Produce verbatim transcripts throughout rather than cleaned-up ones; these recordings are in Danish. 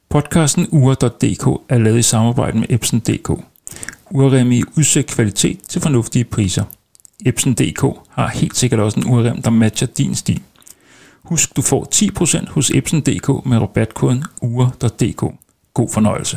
Podcasten ure punktum d k er lavet i samarbejde med Epson punktum d k. Urrem i udsøgt kvalitet til fornuftige priser. Epson punktum d k har helt sikkert også en urrem, der matcher din stil. Husk, du får ti procent hos Epson punktum d k med rabatkoden ure punktum d k. God fornøjelse.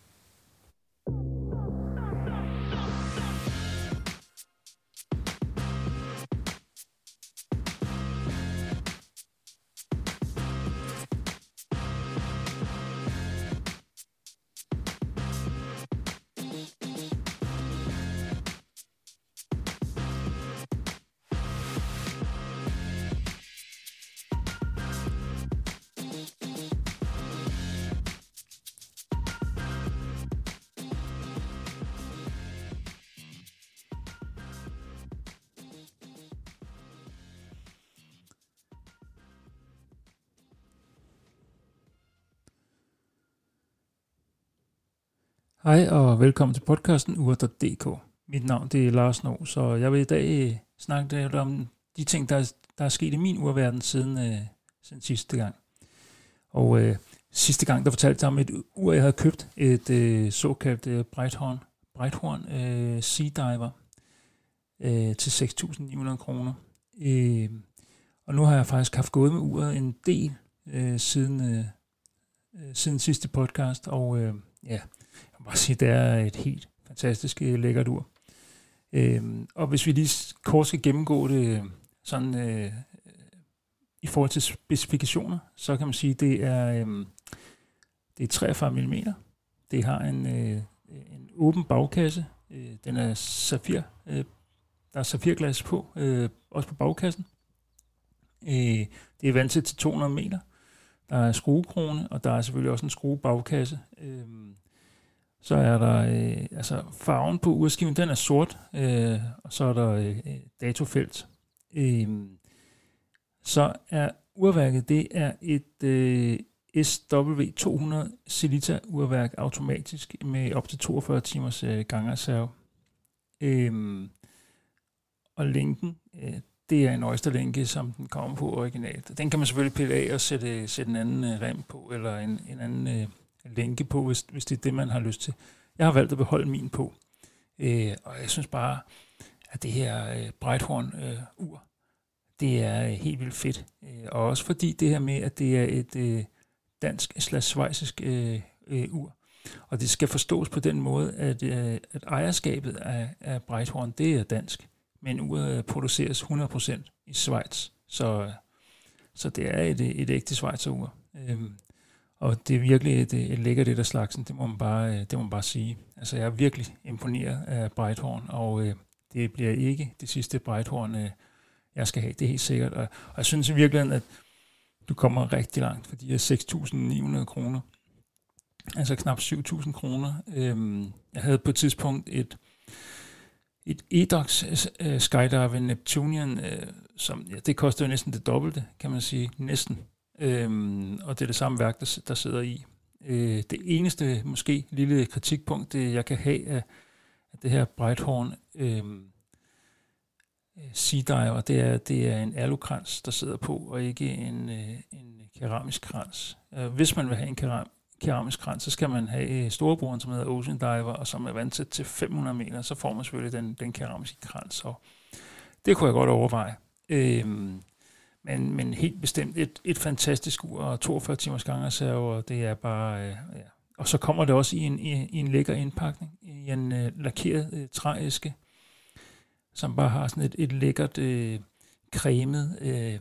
Hej og velkommen til podcasten ure punktum d k. Mit navn det er Lars Nå, så jeg vil i dag snakke lidt om de ting, der er, der er sket i min urverden siden, øh, siden sidste gang. Og øh, sidste gang, der fortalte jeg om et ur, jeg havde købt, et øh, såkaldt øh, Breithorn, Breithorn øh, Sea Diver øh, til seks tusind ni hundrede kroner. Øh, og nu har jeg faktisk haft gået med uret en del øh, siden, øh, siden sidste podcast, og øh, ja... Jeg må bare sige, det er et helt fantastisk lækkert ur. Øhm, og hvis vi lige kort skal gennemgå det sådan øh, i forhold til specifikationer, så kan man sige, at det er, øh, det er treogfyrre millimeter. Det har en, øh, en åben bagkasse. Øh, den er safir. Øh, der er safirglas på, øh, også på bagkassen. Øh, det er vandsæt til to hundrede meter. Der er skruekrone, og der er selvfølgelig også en skruebagkasse. Øh, Så er der, øh, altså farven på urskiven, den er sort, øh, og så er der øh, datofelt. Øh, så er urværket, det er et øh, S W to hundrede Celita urværk automatisk med op til toogfyrre timers øh, gangreserve. Øh, og linken, øh, det er en Oyster-linke, som den kommer på originalt. Den kan man selvfølgelig pille af og sætte, sætte en anden øh, rem på, eller en, en anden... Øh, lænke på, hvis, hvis det er det, man har lyst til. Jeg har valgt at beholde min på. Øh, og jeg synes bare, at det her øh, Breithorn-ur, øh, det er øh, helt vildt fedt. Øh, og også fordi det her med, at det er et øh, dansk slash schweizisk øh, øh, ur. Og det skal forstås på den måde, at, øh, at ejerskabet af, af Breithorn, det er dansk. Men uret produceres hundrede procent i Schweiz. Så, så det er et, et ægte schweizerur. Øh, Og det er virkelig et, et lækkert et af slagsen, det må man bare, det må man bare sige. Altså jeg er virkelig imponeret af Breithorn, og øh, det bliver ikke det sidste Breithorn, øh, jeg skal have, det er helt sikkert. Og, og jeg synes i virkeligheden, at du kommer rigtig langt for de her seks tusind ni hundrede kroner. Altså knap syv tusind kroner. Øhm, jeg havde på et tidspunkt et, et Edox uh, Skydiver Neptunian, uh, som ja, det koster jo næsten det dobbelte, kan man sige, næsten. Øhm, og det er det samme værk, der, der sidder i. Øh, det eneste, måske lille kritikpunkt, det jeg kan have af, af det her Breithorn øh, Sea Diver, det er, det er en alukrans, der sidder på, og ikke en, øh, en keramisk krans. Øh, hvis man vil have en keram, keramisk krans, så skal man have storebroren, som hedder Ocean Diver, og som er vandsæt til fem hundrede meter, så får man selvfølgelig den, den keramiske krans, og det kunne jeg godt overveje. Øh, Men, men helt bestemt et, et fantastisk ur og toogfyrre timers gangreserve, og det er bare... Øh, ja. Og så kommer det også i en, i, i en lækker indpakning, i en øh, lakeret øh, trææske, som bare har sådan et, et lækkert øh, cremet øh,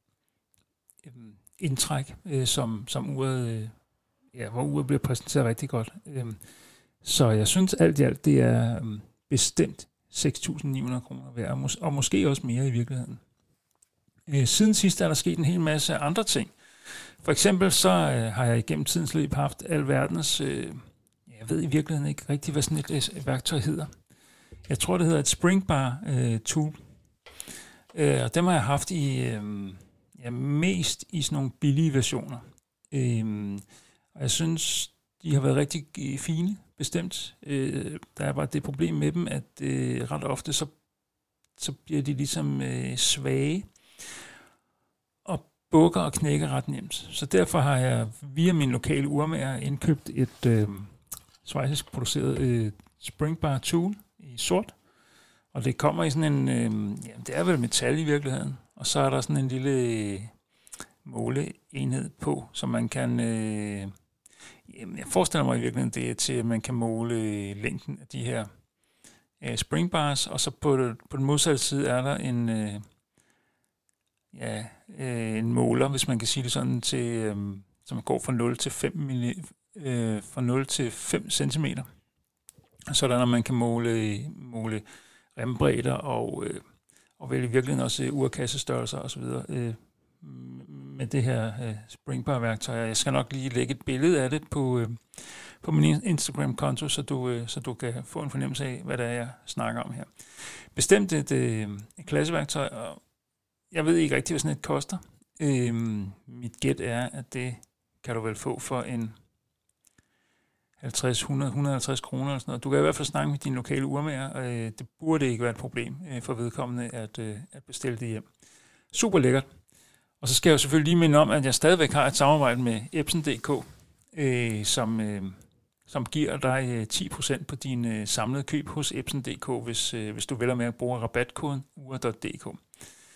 indtræk, øh, som, som uret, øh, ja, hvor uret bliver præsenteret rigtig godt. Øh, så jeg synes alt i alt, det er øh, bestemt seks tusind ni hundrede kroner værd, og, mås- og måske også mere i virkeligheden. Siden sidst er der sket en hel masse andre ting. For eksempel så øh, har jeg igennem tidens løb haft alverdens, øh, jeg ved i virkeligheden ikke rigtig, hvad sådan et, et værktøj hedder. Jeg tror, det hedder et springbar øh, tool. Øh, og dem har jeg haft i, øh, ja, mest i sådan nogle billige versioner. Øh, og jeg synes, de har været rigtig fine, bestemt. Øh, der er bare det problem med dem, at øh, ret ofte så, så bliver de ligesom øh, svage. bukker og knækker ret nemt. Så derfor har jeg via min lokale urmager indkøbt et øh, schweizisk produceret øh, springbar tool i sort. Og det kommer i sådan en, øh, jamen det er vel metal i virkeligheden. Og så er der sådan en lille øh, måleenhed på, så man kan, øh, jamen jeg forestiller mig i virkeligheden, det er til, at man kan måle øh, længden af de her øh, springbars. Og så på, på den modsatte side er der en, øh, ja, øh, en måler, hvis man kan sige det sådan, til, øh, som går fra nul til fem, øh, fra nul til fem centimeter. Så der, når man kan måle, måle rembredder og, øh, og vel i virkeligheden også øh, urkassestørrelser osv. Øh, med det her øh, springbar-værktøj. Jeg skal nok lige lægge et billede af det på, øh, på min Instagram-konto, så du, øh, så du kan få en fornemmelse af, hvad det er, jeg snakker om her. Bestemt et, øh, et klasseværktøj, og jeg ved ikke rigtig, hvad sådan et koster. Øh, mit gæt er, at det kan du vel få for en halvtreds, hundrede, hundrede og halvtreds kroner eller sådan noget. Du kan i hvert fald snakke med din lokale urmager, og øh, det burde ikke være et problem øh, for vedkommende at, øh, at bestille det hjem. Super lækkert. Og så skal jeg jo selvfølgelig lige minde om, at jeg stadigvæk har et samarbejde med Epson punktum d k, øh, som, øh, som giver dig øh, ti procent på din øh, samlede køb hos Epson punktum d k, hvis, øh, hvis du vælger med at bruge rabatkoden ure punktum d k.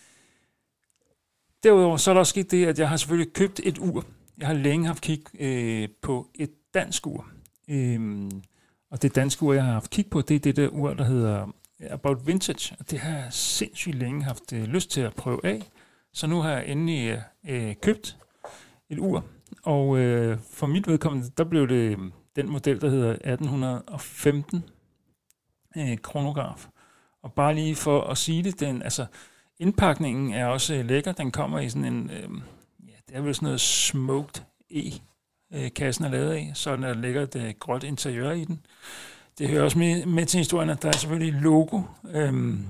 Derudover så er der også sket det, at jeg har selvfølgelig købt et ur. Jeg har længe haft kig øh, på et dansk ur. Øhm, og det danske ur, jeg har haft kig på, det er det der ur, der hedder About Vintage. Og det har jeg sindssygt længe haft øh, lyst til at prøve af. Så nu har jeg endelig øh, købt et ur. Og øh, for mit vedkommende, der blev det den model, der hedder atten femten øh, kronograf. Og bare lige for at sige det, den, altså indpakningen er også øh, lækker. Den kommer i sådan en, øh, ja, det er vel sådan noget smoked E. Kassen er lavet af, så der ligger et gråt interiør i den. Det hører også med, med til historien, at der er selvfølgelig et logo. Øhm,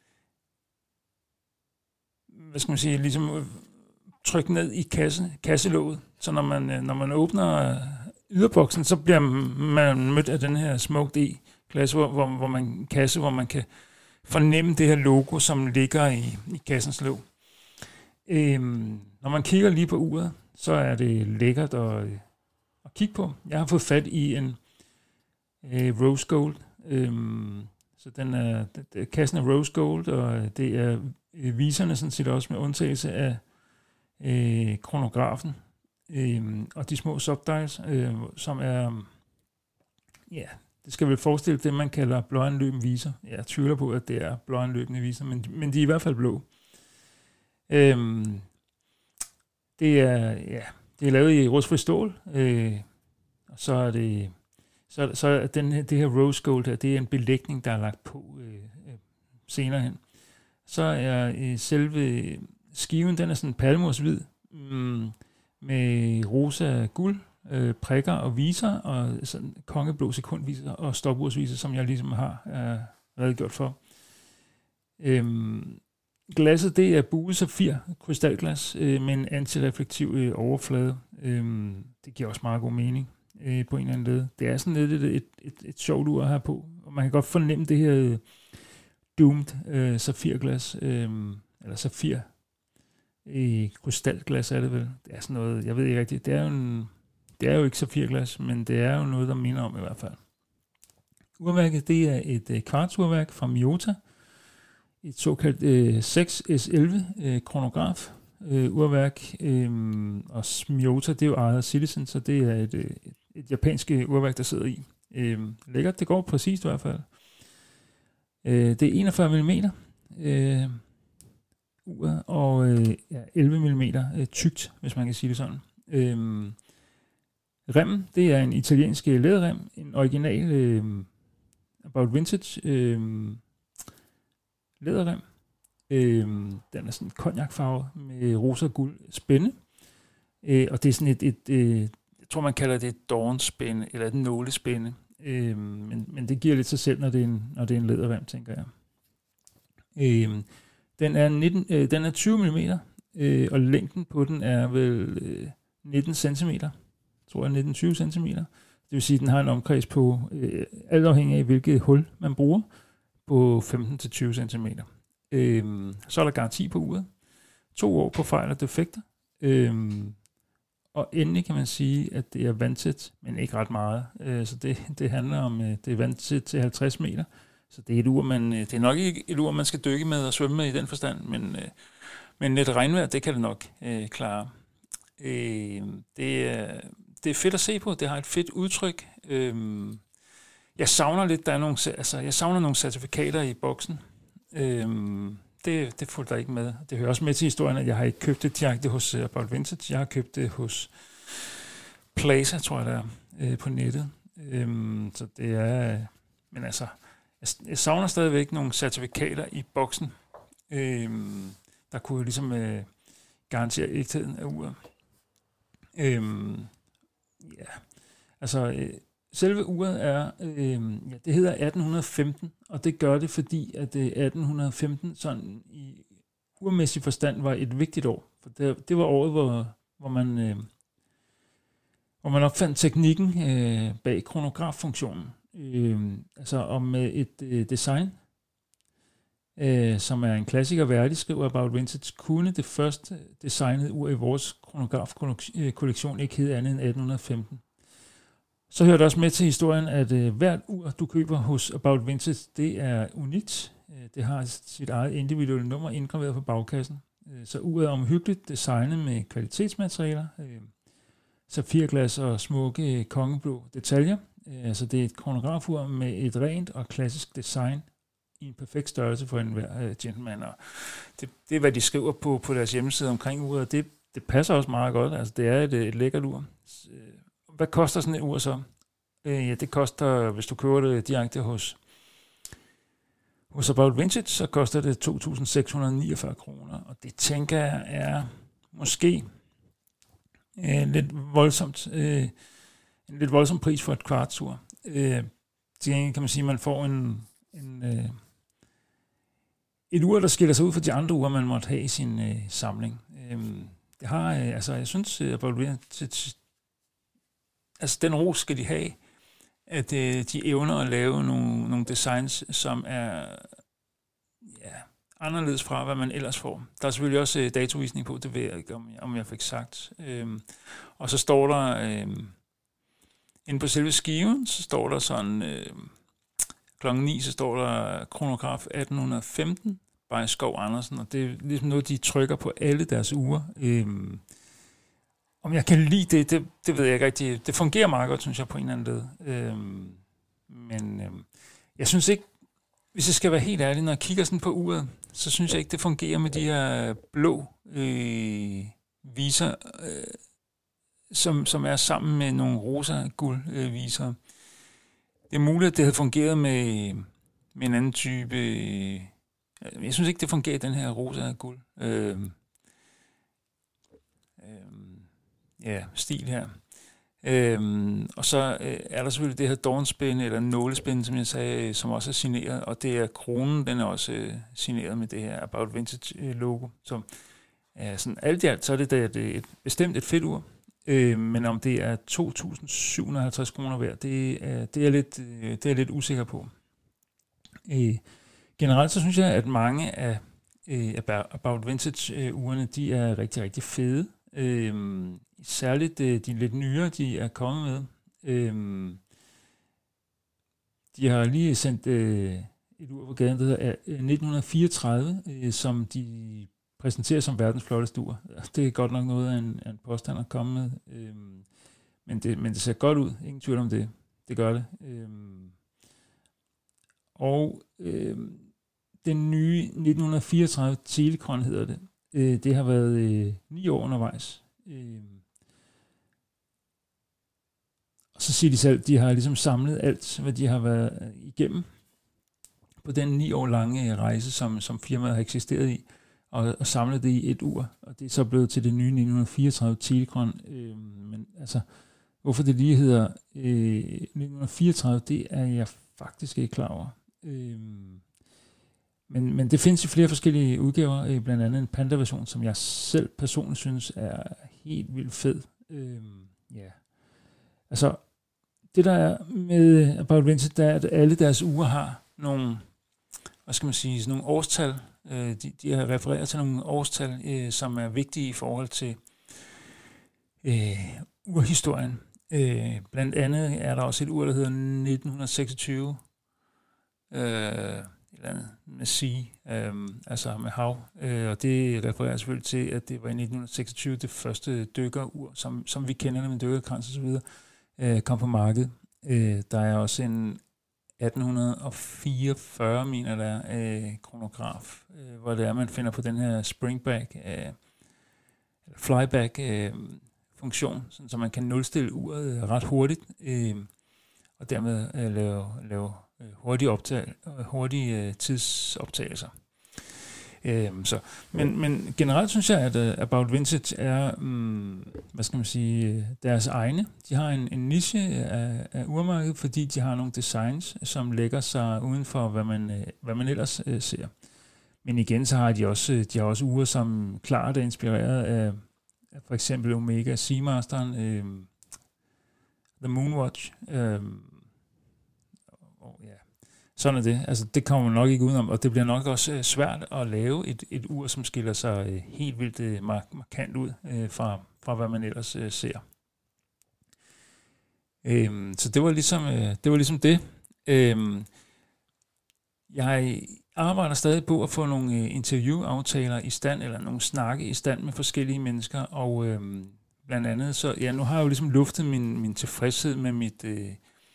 hvad skal man sige, ligesom trykt ned i kasse, kasselåget. Så når man, når man åbner yderboksen, så bliver man mødt af den her smoked E-klasse, hvor, hvor, hvor man, kasse, hvor man kan fornemme det her logo, som ligger i, i kassens låg. Øhm, når man kigger lige på uret, så er det lækkert at, at kigge på. Jeg har fået fat i en øh, rose gold. Øhm, så den er, den, kassen er rose gold, og det er øh, viserne sådan set også med undtagelse af øh, kronografen. Øhm, og de små subdials, øh, som er, ja, det skal vel forestille det, man kalder blåanløbende viser. Jeg tvivler på, at det er blåanløbende viser, men, men de er i hvert fald blå. Øhm, det er, ja, det er lavet i rustfri stål, øh, og så er det, så, så er den, det her rose gold her, det er en belægning, der er lagt på øh, øh, senere hen. Så er øh, selve skiven, den er sådan palmorshvid, mm, med rosa guld, øh, prikker og viser, og sådan kongeblå sekundviser og stopursviser, som jeg ligesom har øh, redegjort for. Øhm, Glasset, det er buet safir krystalglas øh, med en antireflektiv øh, overflade. Øhm, det giver også meget god mening øh, på en eller anden led. Det er sådan lidt et, et, et, et sjovt ur her på, og man kan godt fornemme det her øh, doomed øh, safirglas, øh, eller safir i krystalglas er det vel. Det er sådan noget, jeg ved ikke rigtigt, det er jo, en, det er jo ikke safirglas, men det er jo noget, der minder om i hvert fald. Urværket, det er et øh, kvartsurværk fra Miyota, et såkaldt øh, seks S elleve øh, kronograf øh, urværk, øh, og Miyota, det er jo ejet af Citizen, så det er et, et, et japansk urværk, der sidder i. Øh, lækkert, det går præcist i hvert fald. Øh, det er enogfyrre millimeter øh, uret, og øh, ja, elleve millimeter øh, tykt, hvis man kan sige det sådan. Øh, remmen, det er en italiensk læderrem, en original øh, About Vintage øh, læderrem. Øhm, den er sådan cognac-farve med rosa og guld spænde. Øh, og det er sådan et, et, et, jeg tror man kalder det et dornspænde, eller et nålespænde. Øhm, men, men det giver lidt sig selv, når det er en, når det er en læderrem, tænker jeg. Øhm, den, er nitten, øh, den er tyve millimeter, øh, og længden på den er vel øh, nitten centimeter. Jeg tror jeg nitten til tyve centimeter. Det vil sige, at den har en omkreds på, øh, alt afhængig af hvilket hul man bruger, på femten til tyve centimeter. Øhm, så er der garanti på uret. To år på fejl og defekter. Øhm, og endelig kan man sige, at det er vandtæt, men ikke ret meget. Øh, så det, det handler om, øh, det er vandtæt til halvtreds meter. Så det er et ur, man, øh, det er nok ikke et ur, man skal dykke med og svømme med i den forstand, men, øh, men lidt regnvejr, det kan det nok øh, klare. Øh, det, er, det er fedt at se på, det har et fedt udtryk. Øh, jeg savner lidt, der er nogle, altså, jeg savner nogle certifikater i boksen. Øh, Det, det fulgte der ikke med. Det hører også med til historien, at jeg har ikke købt det direkte hos uh, About Vintage. Jeg har købt det hos Plaza, tror jeg det er, øh, på nettet. Øhm, så det er... Men altså, jeg, jeg savner stadigvæk nogle certifikater i boksen, øhm, der kunne ligesom øh, garantere ægtheden af uret. Øhm, ja, altså... Øh, Selve uret er, øh, ja, det hedder atten femten, og det gør det, fordi at øh, atten femten sådan i urmæssig forstand var et vigtigt år. For det, det var året, hvor, hvor, man, øh, hvor man opfandt teknikken øh, bag kronograffunktionen. Øh, altså om øh, et øh, design, øh, som er en klassiker værdig, skriver About Vintage, kunne det første designede ur i vores kronografkollektion ikke hedde andet end atten femten. Så hører det også med til historien, at øh, hvert ur, du køber hos About Vintage, det er unikt. Øh, det har sit eget individuelle nummer indgraveret på bagkassen. Øh, så uret er omhyggeligt designet med kvalitetsmaterialer, øh, safirglas og smukke øh, kongeblå detaljer. Øh, altså det er et kronografur med et rent og klassisk design i en perfekt størrelse for enhver øh, gentleman. Og det, det er, hvad de skriver på, på deres hjemmeside omkring uret. Det, det passer også meget godt. Altså det er et, et lækkert ur. Øh, Hvad koster sådan et ur så? Øh, ja, det koster, hvis du køber det direkte hos, hos About Vintage, så koster det to tusind seks hundrede niogfyrre kroner. Og det tænker jeg er måske øh, lidt voldsomt, øh, en lidt voldsom pris for et kvartsur. Øh, til gengæld kan man sige, at man får en, en, øh, et ur, der skiller sig ud fra de andre ure, man måtte have i sin øh, samling. Øh, det har, øh, altså jeg synes, at About Vintage, altså den ros skal de have, at øh, de evner at lave nogle, nogle designs, som er ja, anderledes fra, hvad man ellers får. Der er selvfølgelig også øh, datovisning på, det ved jeg ikke, om jeg, om jeg fik sagt. Øhm, og så står der, øh, inde på selve skiven, så står der sådan, øh, klokken ni, så står der kronograf atten femten, by Skov Andersen, og det er ligesom noget, de trykker på alle deres uger. Øhm, Om jeg kan lide det, det, det ved jeg ikke rigtig. Det fungerer meget godt, synes jeg, på en eller anden led. Øhm, men øhm, jeg synes ikke, hvis jeg skal være helt ærlig, når jeg kigger sådan på uret, så synes jeg ikke, det fungerer med de her blå øh, viser, øh, som, som er sammen med nogle rosa guld øh, viser. Det er muligt, at det havde fungeret med, med en anden type. Øh, jeg synes ikke, det fungerer den her rosa guld. Øh, Ja, stil her. Øhm, og så øh, er der selvfølgelig det her dornspænde, eller nålespænde, som jeg sagde, som også er signeret, og det er kronen, den er også øh, signeret med det her About Vintage øh, logo. Så ja, sådan alt i alt, så er det, der, det er et, bestemt et fedt ur, øh, men om det er to tusind syv hundrede og halvtreds kroner værd, det er, det er, lidt, øh, det er jeg lidt usikker på. Øh, generelt så synes jeg, at mange af øh, About Vintage-urene, de er rigtig, rigtig fede. Øh, Særligt de, de lidt nyere, de er kommet med. Øhm, de har lige sendt øh, et ur på gaden, der hedder nitten fireogtredive, øh, som de præsenterer som verdens flotteste ur. Det er godt nok noget af en, af en påstand at komme med. Øhm, men, det, men det ser godt ud, ingen tvivl om det. Det gør det. Øhm, og øh, den nye nitten fireogtredive Telecron hedder det. Øh, det har været øh, ni år undervejs. Øh, Så siger de selv, at de har ligesom samlet alt, hvad de har været igennem på den ni år lange rejse, som, som firmaet har eksisteret i, og, og samlet det i et ur. Og det er så blevet til det nye nitten fireogtredive Telecron. Øh, men altså, hvorfor det lige hedder øh, nitten fireogtredive, det er jeg faktisk ikke klar over. Øh, men, men det findes i flere forskellige udgaver, øh, blandt andet en Panda-version, som jeg selv personligt synes er helt vildt fed. Øh, ja. Altså, det der er med About Vintage, der er, at alle deres uger har nogle, hvad skal man sige, sådan nogle årstal. Øh, de, de har refereret til nogle årstal, øh, som er vigtige i forhold til, øh, urhistorien. Øh, blandt andet er der også et ur, der hedder nitten seksogtyve, øh, et eller andet med sea, øh, altså med hav, øh, og det refererer selvfølgelig til, at det var i nitten seksogtyve det første dykkerur, som, som vi kender det med dykkerkrans og så videre, øh, kom på markedet. Øh, der er også en atten fireogfyrre, mener der, øh, kronograf, øh, hvor det er, man finder på den her springback, øh, flyback øh, funktion, sådan, så man kan nulstille uret ret hurtigt, øh, og dermed øh, lave, lave øh, hurtige, optag, hurtige øh, tidsoptagelser. Øh, så. Men, men generelt synes jeg, at uh, About Vintage er, um, hvad skal man sige, deres egne. De har en, en niche af, af urmarkedet, fordi de har nogle designs, som lægger sig uden for, hvad man, uh, hvad man ellers uh, ser. Men igen, så har de også, de har også ure, som klart er inspireret af, af for eksempel Omega Seamasteren, uh, The Moonwatch, uh, og ja, sådan er det. Altså, det kommer man nok ikke udenom, og det bliver nok også øh, svært at lave et, et ur, som skiller sig øh, helt vildt øh, mark- markant ud øh, fra, fra, hvad man ellers øh, ser. Øhm, så det var ligesom øh, det. Var ligesom det. Øhm, jeg arbejder stadig på at få nogle øh, interviewaftaler i stand, eller nogle snakke i stand med forskellige mennesker, og øh, blandt andet, så ja, nu har jeg jo ligesom luftet min, min tilfredshed med mit... Øh,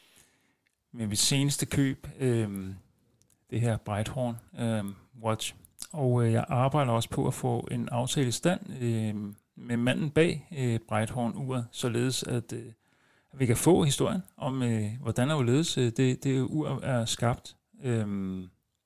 med mit seneste køb, øh, det her Breithorn øh, Watch. Og øh, jeg arbejder også på at få en aftale i stand øh, med manden bag øh, Breithorn-uret, således at, øh, at vi kan få historien om, øh, hvordan og hvorledes øh, det, det ur er skabt. Øh,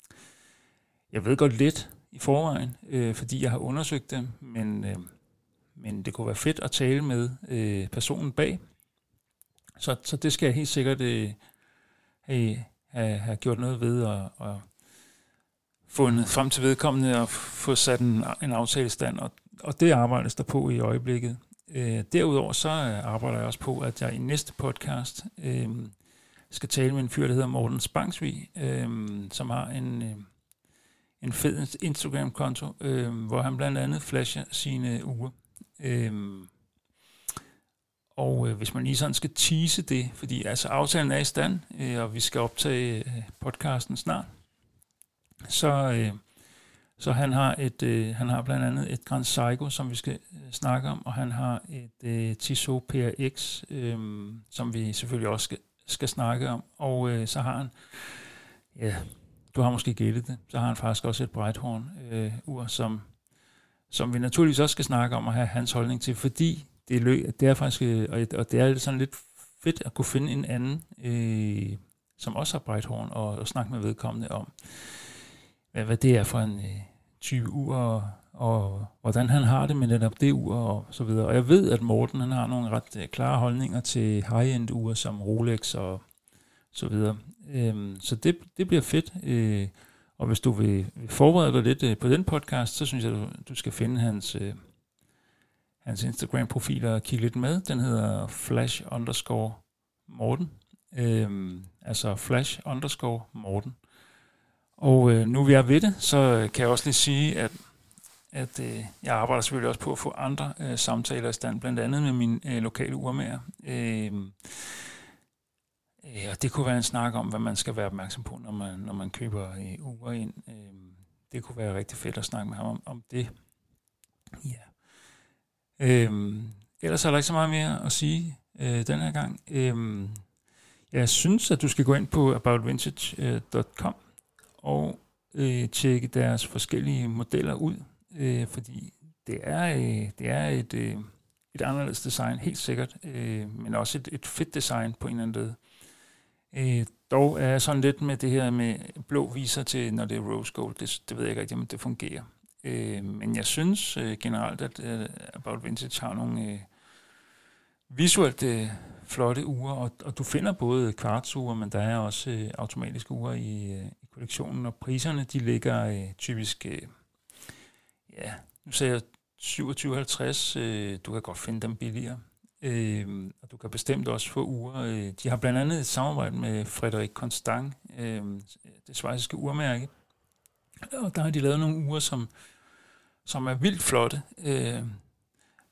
jeg ved godt lidt i forvejen, øh, fordi jeg har undersøgt dem, men, øh, men det kunne være fedt at tale med øh, personen bag. Så, så det skal jeg helt sikkert... Øh, have, have gjort noget ved og, og fundet frem til vedkommende og få sat en, en aftale i stand, og, og det arbejdes der på i øjeblikket. Øh, derudover så arbejder jeg også på, at jeg i næste podcast øh, skal tale med en fyr, der hedder Morten Spangsvig, øh, som har en, øh, en fed Instagram-konto, øh, hvor han blandt andet flasher sine uger. Øh, Og øh, hvis man lige sådan skal tease det, fordi altså aftalen er i stand, øh, og vi skal optage øh, podcasten snart, så, øh, så han har et øh, han har blandt andet et Grand Seiko, som vi skal øh, snakke om, og han har et øh, Tissot P R X, øh, som vi selvfølgelig også skal, skal snakke om, og øh, så har han, ja, du har måske gættet det, så har han faktisk også et Breithorn øh, ur, som, som vi naturligvis også skal snakke om og have hans holdning til, fordi Det er, lø- det er faktisk, og det er sådan lidt fedt at kunne finde en anden, øh, som også har Breithorn, og, og snakke med vedkommende om, hvad, hvad det er for en øh, type ur, og, og hvordan han har det med netop det ur, og så videre. Og jeg ved, at Morten han har nogle ret øh, klare holdninger til high-end ure, som Rolex og så videre. Øh, så det, det bliver fedt, øh, og hvis du vil forberede dig lidt øh, på den podcast, så synes jeg, du, du skal finde hans... Øh, hans Instagram-profil og kigge lidt med. Den hedder flash underscore Morten. Øhm, altså flash underscore Morten. Og øh, nu vi er ved det, så kan jeg også lige sige, at, at øh, jeg arbejder selvfølgelig også på at få andre øh, samtaler i stand, blandt andet med min øh, lokale urmager. Øh, øh, og det kunne være en snak om, hvad man skal være opmærksom på, når man, når man køber øh, ure ind. Øh, det kunne være rigtig fedt at snakke med ham om, om det. Ja. Øhm, ellers er der ikke så meget mere at sige øh, den her gang. Øhm, jeg synes, at du skal gå ind på about vintage dot com og øh, tjekke deres forskellige modeller ud, øh, fordi det er, øh, det er et, øh, et anderledes design, helt sikkert, øh, men også et, et fedt design på en eller anden måde. Øh, dog er jeg sådan lidt med det her med blå viser til, når det er rose gold, det, det ved jeg ikke rigtig, om det fungerer. Øh, men jeg synes øh, generelt, at øh, About Vintage har nogle øh, visuelt øh, flotte ure, og, og du finder både kvartsure, men der er også øh, automatiske ure i, øh, i kollektionen, og priserne de ligger øh, typisk, øh, ja, nu siger jeg syvogtyve halvtreds, øh, du kan godt finde dem billigere, øh, og du kan bestemt også få ure. Øh, de har blandt andet et samarbejde med Frederik Constant, øh, det schweiziske urmærke, og der har de lavet nogle ure, som som er vildt flotte, øh,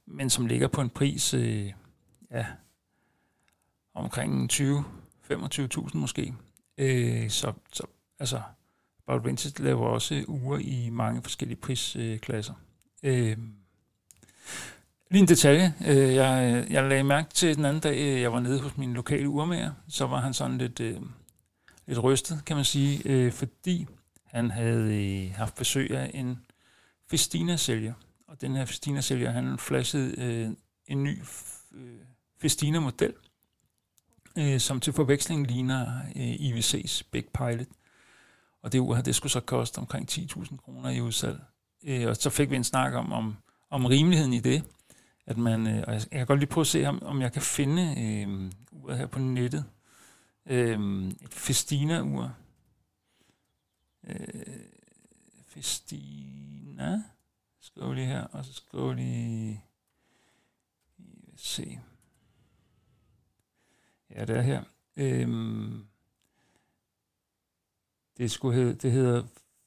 men som ligger på en pris øh, ja, omkring tyve til femogtyve tusind måske. Øh, så, så altså, About Vintage laver også ure i mange forskellige prisklasser. Øh, lige en detalje. Øh, jeg, jeg lagde mærke til den anden dag, jeg var nede hos min lokale urmager, så var han sådan lidt, øh, lidt rystet, kan man sige, øh, fordi han havde øh, haft besøg af en Festina-sælger. Og den her Festina-sælger, han flashede øh, en ny øh, Festina-model, øh, som til forveksling ligner øh, I W C's Big Pilot. Og det ur her, det skulle så koste omkring ti tusind kroner i udsalg. Øh, og så fik vi en snak om, om, om rimeligheden i det. At man, øh, og jeg, jeg kan godt lige prøve at se, om, om jeg kan finde øh, uret her på nettet. Øh, et Festina-ur. Øh, Festina... Skriv lige her, og så skriv lige... se. Ja, det er her. Øhm, det, skulle hedde, det hedder...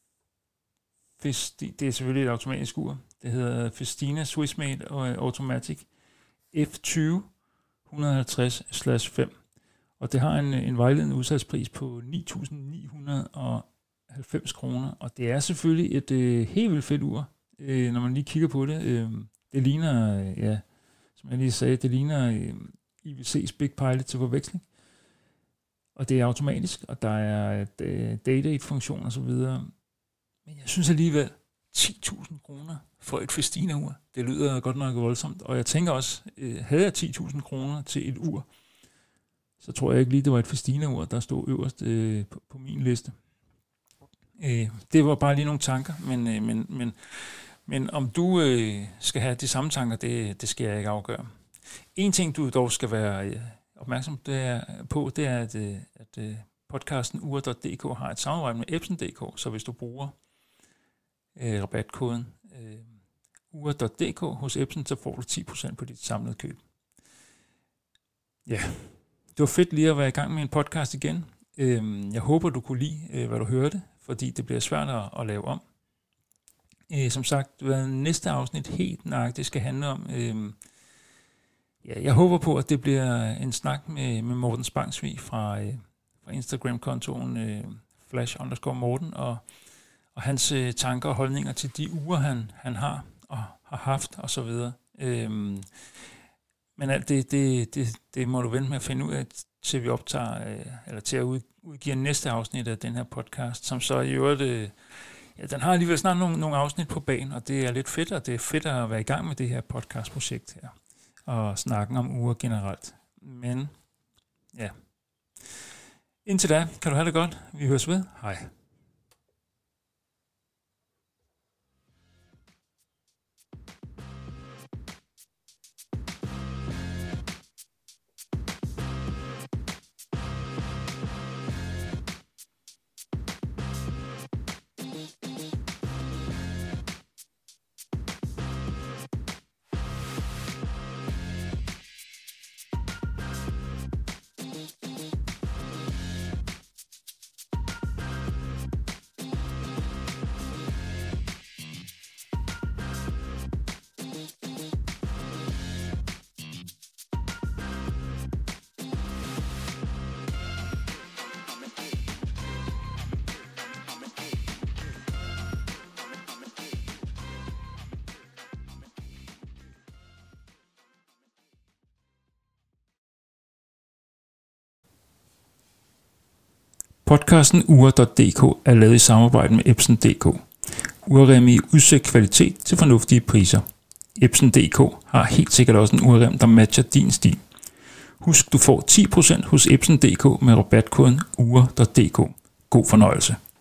Festi, det er selvfølgelig et automatisk ur. Det hedder Festina Swissmade Automatic F tyve et hundrede og halvtreds fem. Og det har en, en vejledende udsalgspris på ni tusind ni hundrede og halvfems kroner. Og det er selvfølgelig et øh, helt vildt fedt ur. Øh, når man lige kigger på det, øh, det ligner, øh, ja, som jeg lige sagde, det ligner øh, I W C's Big Pilot til forveksling. Og det er automatisk, og der er øh, data-funktion og så videre. Men jeg synes alligevel, ti tusind kroner for et Festina-ur, det lyder godt nok voldsomt. Og jeg tænker også, øh, havde jeg ti tusind kroner til et ur, så tror jeg ikke lige, det var et Festina-ur, der stod øverst øh, på, på min liste. Øh, det var bare lige nogle tanker, men... Øh, men, men Men om du øh, skal have de samme tanker, det, det skal jeg ikke afgøre. En ting, du dog skal være øh, opmærksom det er, på, det er, at, øh, at øh, podcasten ure punktum d k har et samarbejde med Epson punktum d k, så hvis du bruger øh, rabatkoden øh, ure punktum d k hos Epson, så får du ti procent på dit samlede køb. Ja, det var fedt lige at være i gang med en podcast igen. Øh, jeg håber, du kunne lide, øh, hvad du hørte, fordi det bliver svært at, at lave om. Øh, som sagt, hvad næste afsnit helt nøjagtigt skal handle om. Øh, ja, jeg håber på, at det bliver en snak med, med Morten Spangsvig fra, øh, fra Instagram-kontoen øh, flash underscore Morten, og, og hans øh, tanker og holdninger til de uger, han, han har og har haft, og så videre. Øh, men alt det, det, det, det må du vente med at finde ud af, til vi optager, øh, eller til at udgive næste afsnit af den her podcast, som så i øvrigt... Øh, Ja, den har alligevel snart nogle, nogle afsnit på banen, og det er lidt fedt, og det er fedt at være i gang med det her podcastprojekt her, og snakken om uger generelt. Men ja, indtil da, kan du have det godt. Vi høres ved. Hej. Podcasten ure punktum d k er lavet i samarbejde med Epson punktum d k. Urrem i udsøgt kvalitet til fornuftige priser. Epson punktum d k har helt sikkert også en urrem, der matcher din stil. Husk, du får ti procent hos Epson punktum d k med rabatkoden ure punktum d k. God fornøjelse.